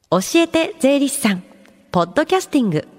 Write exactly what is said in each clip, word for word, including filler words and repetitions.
教えて税理士さんポッドキャスティング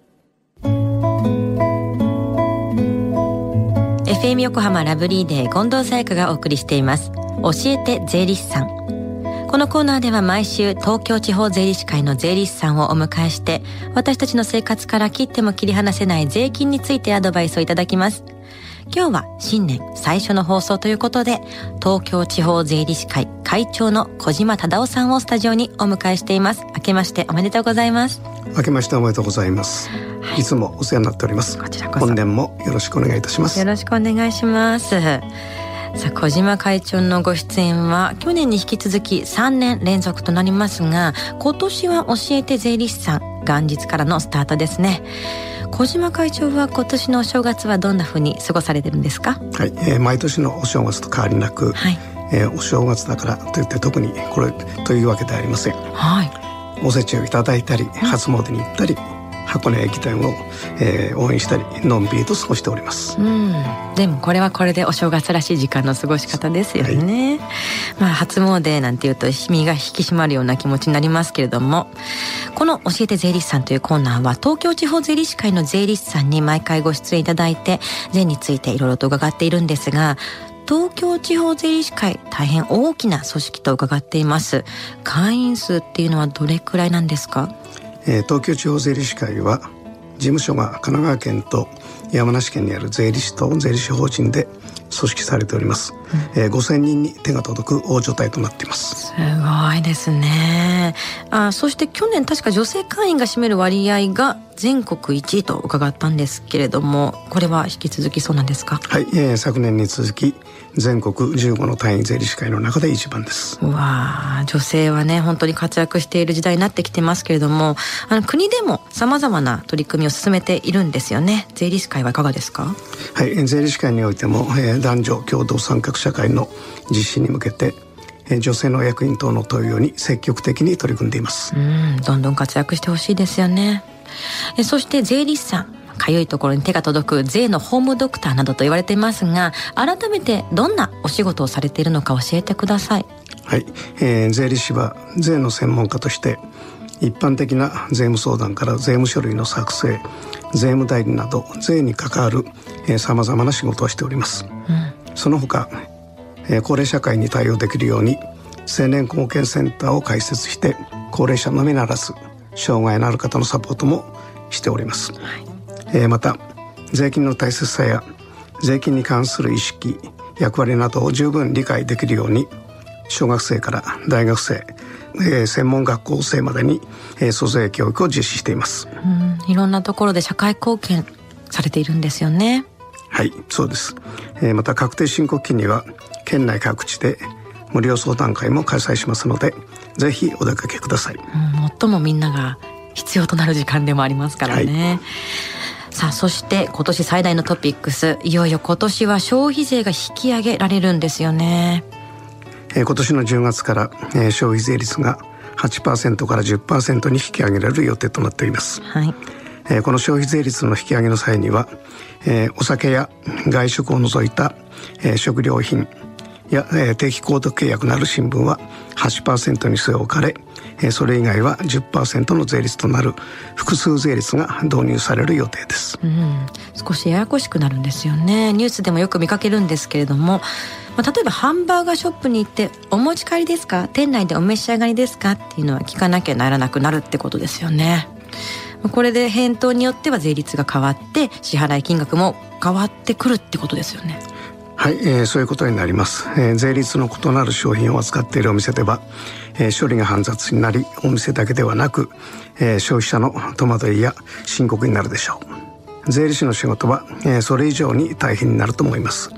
エフエム 横浜ラブリーデー近藤沙耶香がお送りしています教えて税理士さん。このコーナーでは毎週東京地方税理士会の税理士さんをお迎えして私たちの生活から切っても切り離せない税金についてアドバイスをいただきます。今日は新年最初の放送ということで東京地方税理士会会長の小島忠夫さんをスタジオにお迎えしています。明けましておめでとうございます。 明けましておめでとうございます、はい、いつもお世話になっております。 こちらこそ本年もよろしくお願いいたします。 よろしくお願いします。さあ小島会長のご出演は去年に引き続きさんねん連続となりますが、今年は教えて税理士さん元日からのスタートですね。小島会長は今年のお正月はどんなふうに過ごされてるんですか？ はい、えー、毎年のお正月と変わりなく、はい、えー、お正月だからといって特にこれというわけではありません。はい、おせちをいただいたり、初詣に行ったり、箱根駅伝を、えー、応援したりのんびりと過ごしております。うん、 でもこれはこれでお正月らしい時間の過ごし方ですよね。はい、まあ、初詣なんていうと身が引き締まるような気持ちになりますけれども、この教えて税理士さんというコーナーは東京地方税理士会の税理士さんに毎回ご出演いただいて税についていろいろと伺っているんですが、東京地方税理士会大変大きな組織と伺っています。会員数っていうのはどれくらいなんですか？ えー、東京地方税理士会は事務所が神奈川県と山梨県にある税理士と税理士法人で組織されております。うん、えー、ごせんにんに手が届く大所帯となっています。 すごいですね。あ、そして去年確か女性会員が占める割合が全国いちいと伺ったんですけれども、これは引き続きそうなんですか？ はい、えー、昨年に続き全国じゅうごの単位税理士会の中で一番です。 うわ、女性はね本当に活躍している時代になってきてますけれども、あの国でもさまざまな取り組みを進めているんですよね。税理士会はいかがですか？ はい、税理士会においても、えー、男女共同参画社会の実施に向けて、えー、女性の役員等の登用に積極的に取り組んでいます。うん、 どんどん活躍してほしいですよね。えそして税理士さん、かゆいところに手が届く税のホームドクターなどと言われていますが、改めてどんなお仕事をされているのか教えてください。 はい、えー、税理士は税の専門家として一般的な税務相談から税務書類の作成、税務代理など税に関わるさまざまな仕事をしております。うん、その他、えー、高齢社会に対応できるように青年貢献センターを開設して高齢者のみならず障害のある方のサポートもしております。はい、えー、また税金の大切さや税金に関する意識、役割などを十分理解できるように小学生から大学生、えー、専門学校生までに、えー、租税教育を実施しています。 うん、いろんなところで社会貢献されているんですよね。 はい、そうです。えー、また確定申告期には県内各地で無料相談会も開催しますので、ぜひお出かけください。うん、 最もみんなが必要となる時間でもありますからね。はい、さあそして今年最大のトピックス、いよいよ今年は消費税が引き上げられるんですよね。 えー、今年のじゅうがつから、えー、消費税率が はちパーセント から じゅっパーセント に引き上げられる予定となっています。はい、えー、この消費税率の引き上げの際には、えー、お酒や外食を除いた、えー、食料品や、えー、定期購読契約のある新聞は はちパーセント に据え置かれ、えー、それ以外は じゅっパーセント の税率となる複数税率が導入される予定です。うん、 少しややこしくなるんですよね。ニュースでもよく見かけるんですけれども、まあ、例えばハンバーガーショップに行ってお持ち帰りですか、店内でお召し上がりですかっていうのは聞かなきゃならなくなるってことですよね。これで返答によっては税率が変わって支払い金額も変わってくるってことですよね。 はい、えー、そういうことになります。えー、税率の異なる商品を扱っているお店では、えー、処理が煩雑になり、お店だけではなく、えー、消費者の戸惑いや深刻になるでしょう。税理士の仕事は、えー、それ以上に大変になると思います。はい、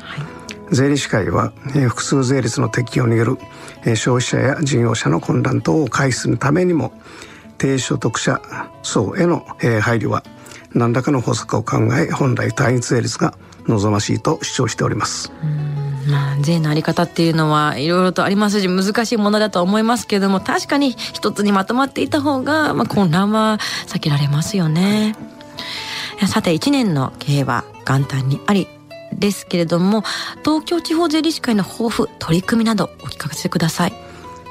税理士会は、えー、複数税率の適用による、えー、消費者や事業者の混乱等を回避するためにも、低所得者層への、えー、配慮は何らかの方策を考え、本来単一税率が望ましいと主張しております。 うん、まあ、税のあり方っていうのはいろいろとありますし難しいものだと思いますけれども、確かに一つにまとまっていた方が、まあ、混乱は避けられますよね。さていちねんの経営は元旦にありですけれども、東京地方税理士会の抱負、取り組みなどお聞かせください。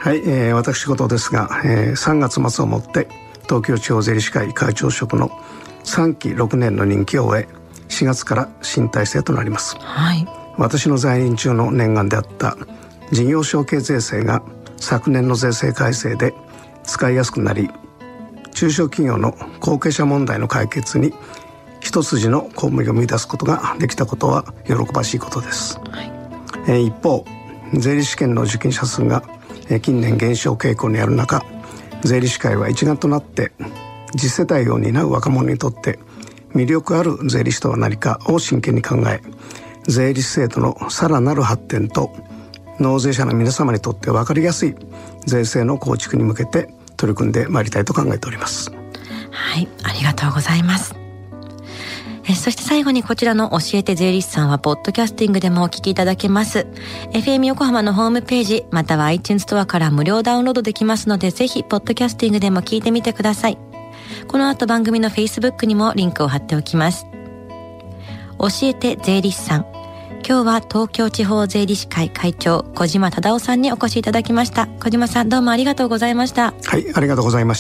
はい、えー、私事ですが、えー、さんがつ末をもって東京地方税理士会会長職のさんきろくねんの任期を終え、しがつから新体制となります。 はい、 私の在任中の念願であった事業承継税制が昨年の税制改正で使いやすくなり、中小企業の後継者問題の解決に一筋の公務員を見出すことができたことは喜ばしいことです。はい、えー、一方、税理士試験の受験者数が近年減少傾向にある中、税理士会は一丸となって次世代を担う若者にとって魅力ある税理士とは何かを真剣に考え、税理士制度のさらなる発展と納税者の皆様にとって分かりやすい税制の構築に向けて取り組んでまいりたいと考えております。 はい、ありがとうございます。えそして最後にこちらの教えて税理士さんはポッドキャスティングでもお聞きいただけます。 エフエム 横浜のホームページまたは iTunes ストアから無料ダウンロードできますので、ぜひポッドキャスティングでも聞いてみてください。この後番組の Facebook にもリンクを貼っておきます。教えて税理士さん、今日は東京地方税理士会会長小島忠夫さんにお越しいただきました。小島さん、どうもありがとうございました。 はい、ありがとうございました。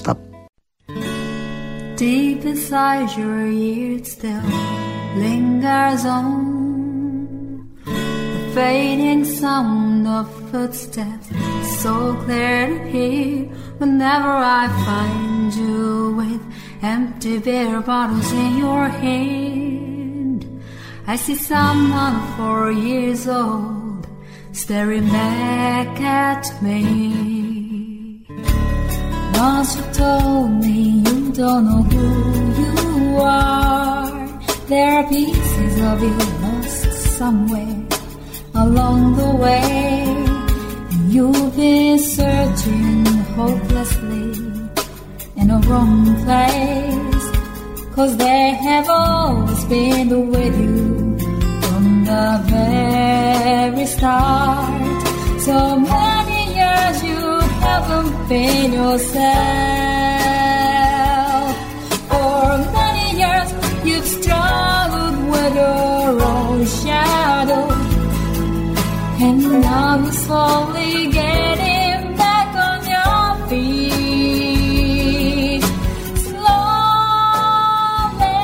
Deep inside your ear it still lingers on the fading sound of footsteps, so clear to hear whenever I find you with empty beer bottles in your hand. I see someone four years old staring back at me.Once you told me you don't know who you are. There are pieces of you lost somewhere along the way. You've been searching hopelessly in a wrong place, 'cause they have always been with you from the very start. So many years you haven't been yourself. For many years you've struggled with your own shadow, and now you're slowly getting back on your feet. Slowly,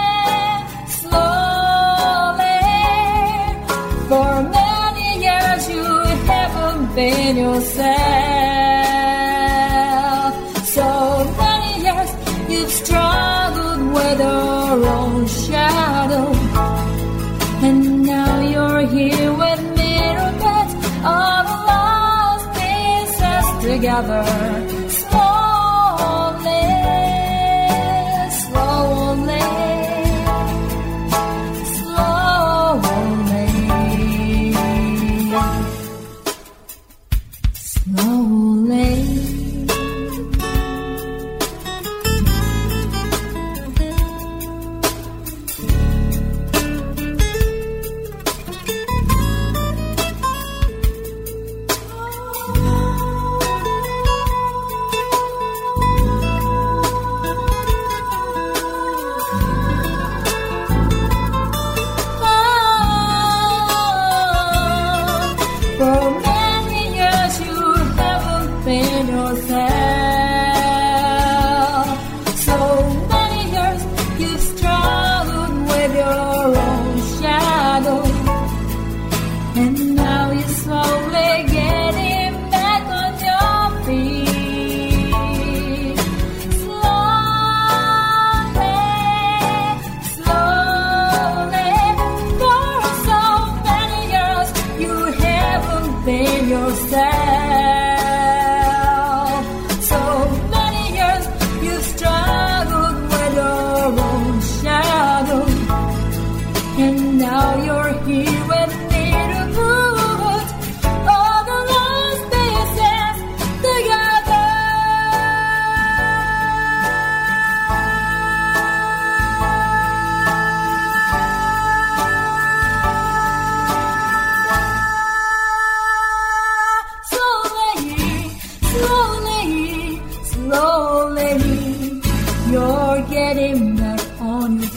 slowly. For many years you haven't been yourself.So many years you've struggled with your own shadow, and now you're here with mirror beds, all the lost pieces together. Slowly, slowly, slowly, you're getting back on your